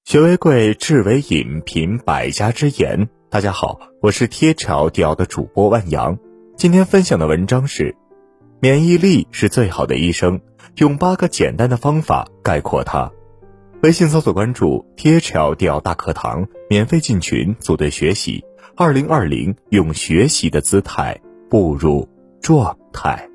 学为贵，智为引，品百家之言。大家好，我是贴条调的主播万阳。今天分享的文章是免疫力是最好的医生，用8个简单的方法概括它。微信搜索关注贴条调大课堂，免费进群组队学习。2020用学习的姿态步入状态。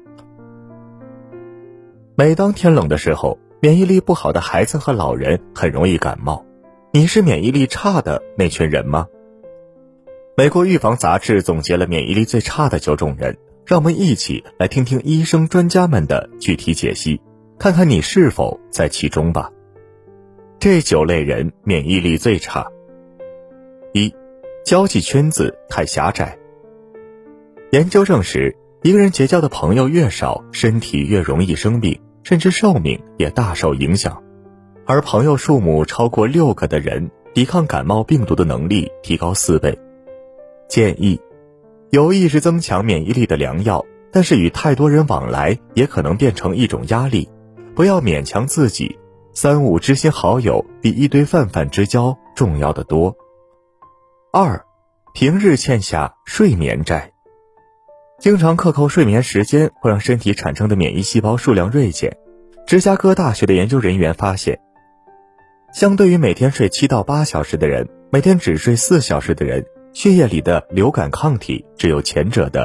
每当天冷的时候，免疫力不好的孩子和老人很容易感冒。你是免疫力差的那群人吗？美国预防杂志总结了免疫力最差的9种人，让我们一起来听听医生专家们的具体解析，看看你是否在其中吧。这9类人免疫力最差。1. 交际圈子太狭窄。研究证实，一个人结交的朋友越少，身体越容易生病，甚至寿命也大受影响。而朋友数目超过6个的人，抵抗感冒病毒的能力提高4倍。建议，有意是增强免疫力的良药，但是与太多人往来也可能变成一种压力，不要勉强自己，3、5知心好友比一堆泛泛之交重要的多。2. 平日欠下睡眠债。经常克扣睡眠时间会让身体产生的免疫细胞数量锐减。芝加哥大学的研究人员发现，相对于每天睡7到8小时的人，每天只睡4小时的人，血液里的流感抗体只有前者的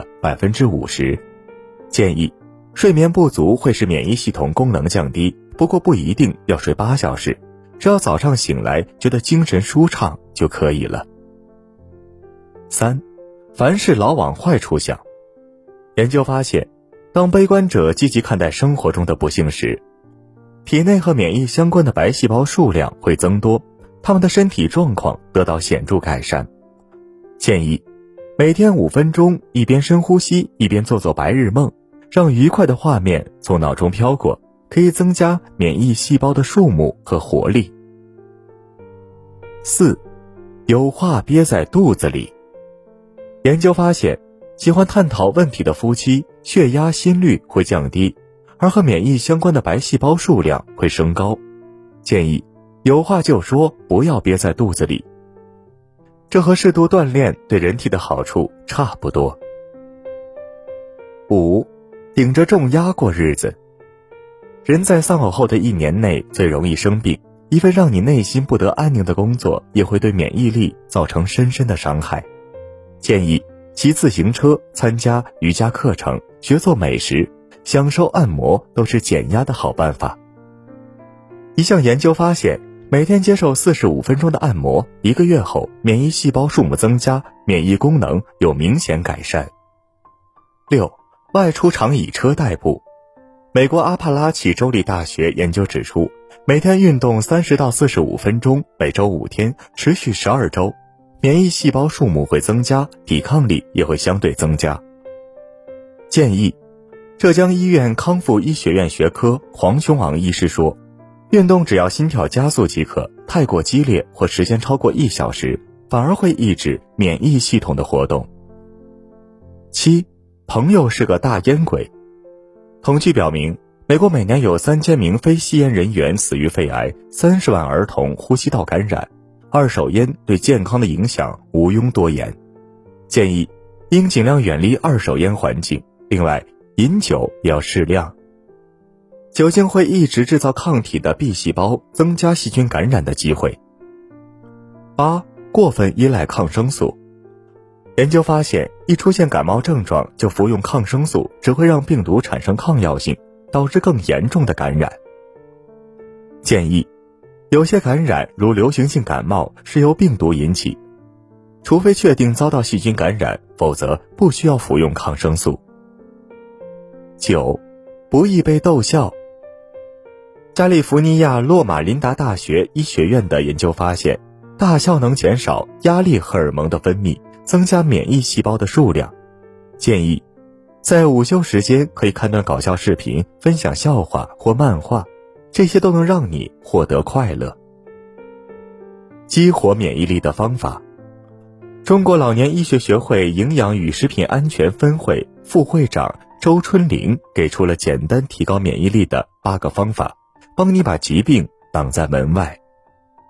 50%。建议，睡眠不足会使免疫系统功能降低，不过不一定要睡8小时，只要早上醒来觉得精神舒畅就可以了。3. 凡事老往坏处想。研究发现，当悲观者积极看待生活中的不幸时，体内和免疫相关的白细胞数量会增多，他们的身体状况得到显著改善。建议，每天5分钟，一边深呼吸一边做白日梦，让愉快的画面从脑中飘过，可以增加免疫细胞的数目和活力。4. 有话憋在肚子里。研究发现，喜欢探讨问题的夫妻，血压、心率会降低，而和免疫相关的白细胞数量会升高。建议，有话就说，不要憋在肚子里。这和适度锻炼对人体的好处差不多。5. 顶着重压过日子。人在丧偶后的1年内最容易生病，一份让你内心不得安宁的工作也会对免疫力造成深深的伤害。建议，骑自行车、参加瑜伽课程、学做美食、享受按摩都是减压的好办法。一项研究发现，每天接受45分钟的按摩，1个月后免疫细胞数目增加，免疫功能有明显改善。6. 外出常以车代步。美国阿帕拉契州立大学研究指出，每天运动30到45分钟，每周5天，持续12周，免疫细胞数目会增加，抵抗力也会相对增加。建议，浙江医院康复医学院学科黄雄昂医师说，运动只要心跳加速即可，太过激烈或时间超过1小时，反而会抑制免疫系统的活动。7. 朋友是个大烟鬼。统计表明，美国每年有3000名非吸烟人员死于肺癌，30万儿童呼吸道感染。二手烟对健康的影响毋庸多言。建议，应尽量远离二手烟环境，另外饮酒也要适量。酒精会一直制造抗体的 B 细胞，增加细菌感染的机会。8. 过分依赖抗生素。研究发现，一出现感冒症状就服用抗生素，只会让病毒产生抗药性，导致更严重的感染。建议，有些感染如流行性感冒是由病毒引起，除非确定遭到细菌感染，否则不需要服用抗生素。9. 不易被逗笑。加利福尼亚洛马琳达大学医学院的研究发现，大笑能减少压力荷尔蒙的分泌，增加免疫细胞的数量。建议，在午休时间可以看段搞笑视频，分享笑话或漫画，这些都能让你获得快乐。激活免疫力的方法。中国老年医学学会营养与食品安全分会副会长周春玲给出了简单提高免疫力的8个方法，帮你把疾病挡在门外。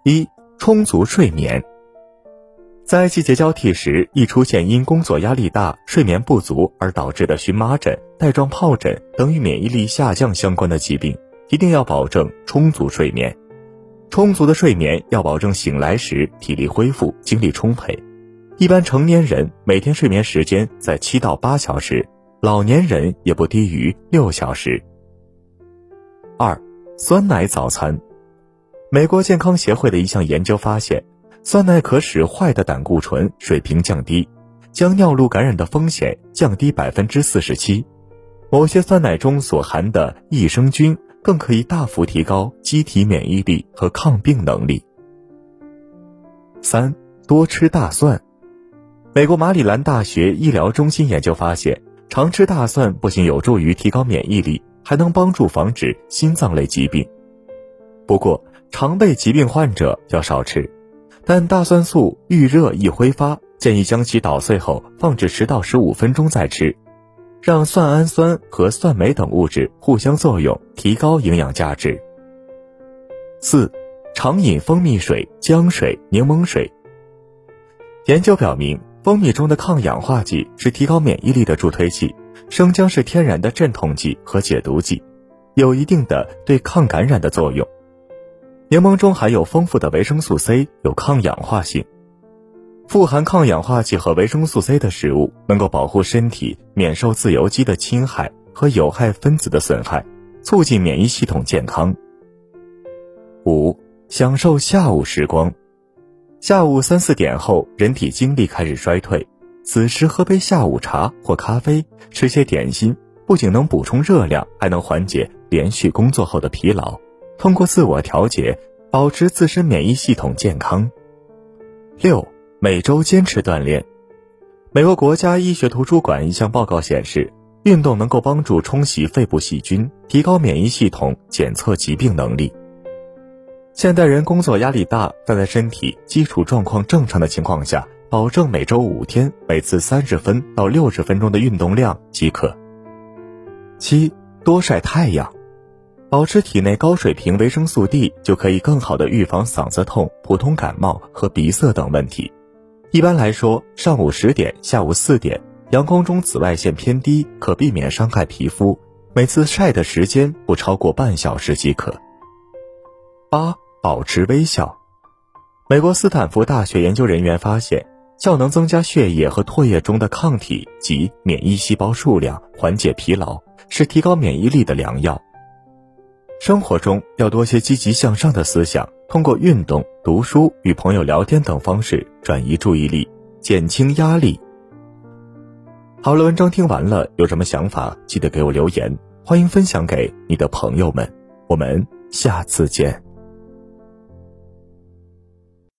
一、充足睡眠。在季节交替时，易出现因工作压力大、睡眠不足而导致的荨麻疹、带状疱疹等与免疫力下降相关的疾病，一定要保证充足睡眠。充足的睡眠要保证醒来时体力恢复、精力充沛。一般成年人每天睡眠时间在7到8小时，老年人也不低于6小时。2、酸奶早餐。美国健康协会的一项研究发现，酸奶可使坏的胆固醇水平降低，将尿路感染的风险降低 47%。 某些酸奶中所含的益生菌更可以大幅提高机体免疫力和抗病能力。3、多吃大蒜。美国马里兰大学医疗中心研究发现，常吃大蒜不仅有助于提高免疫力，还能帮助防止心脏类疾病。不过，常备疾病患者要少吃，但大蒜素遇热易挥发，建议将其捣碎后放置10到15分钟再吃，让蒜氨酸和蒜酶等物质互相作用，提高营养价值。4、常饮蜂蜜水、姜水、柠檬水。研究表明，蜂蜜中的抗氧化剂是提高免疫力的助推剂，生姜是天然的镇痛剂和解毒剂，有一定的对抗感染的作用。柠檬中含有丰富的维生素 C， 有抗氧化性。富含抗氧化剂和维生素 C 的食物能够保护身体免受自由基的侵害和有害分子的损害，促进免疫系统健康。5、享受下午时光。下午3、4点后，人体精力开始衰退，此时喝杯下午茶或咖啡，吃些点心，不仅能补充热量，还能缓解连续工作后的疲劳，通过自我调节，保持自身免疫系统健康。6、每周坚持锻炼。美国国家医学图书馆一项报告显示，运动能够帮助冲洗肺部细菌，提高免疫系统检测疾病能力。现代人工作压力大，但在身体基础状况正常的情况下，保证每周5天，每次30分到60分钟的运动量即可。7、多晒太阳。保持体内高水平维生素 D， 就可以更好地预防嗓子痛、普通感冒和鼻塞等问题。一般来说，上午10点、下午4点，阳光中紫外线偏低，可避免伤害皮肤，每次晒的时间不超过半小时即可。8、保持微笑。美国斯坦福大学研究人员发现，笑能增加血液和唾液中的抗体及免疫细胞数量，缓解疲劳，是提高免疫力的良药。生活中要多些积极向上的思想，通过运动、读书、与朋友聊天等方式转移注意力，减轻压力。好了，文章听完了，有什么想法记得给我留言，欢迎分享给你的朋友们，我们下次见。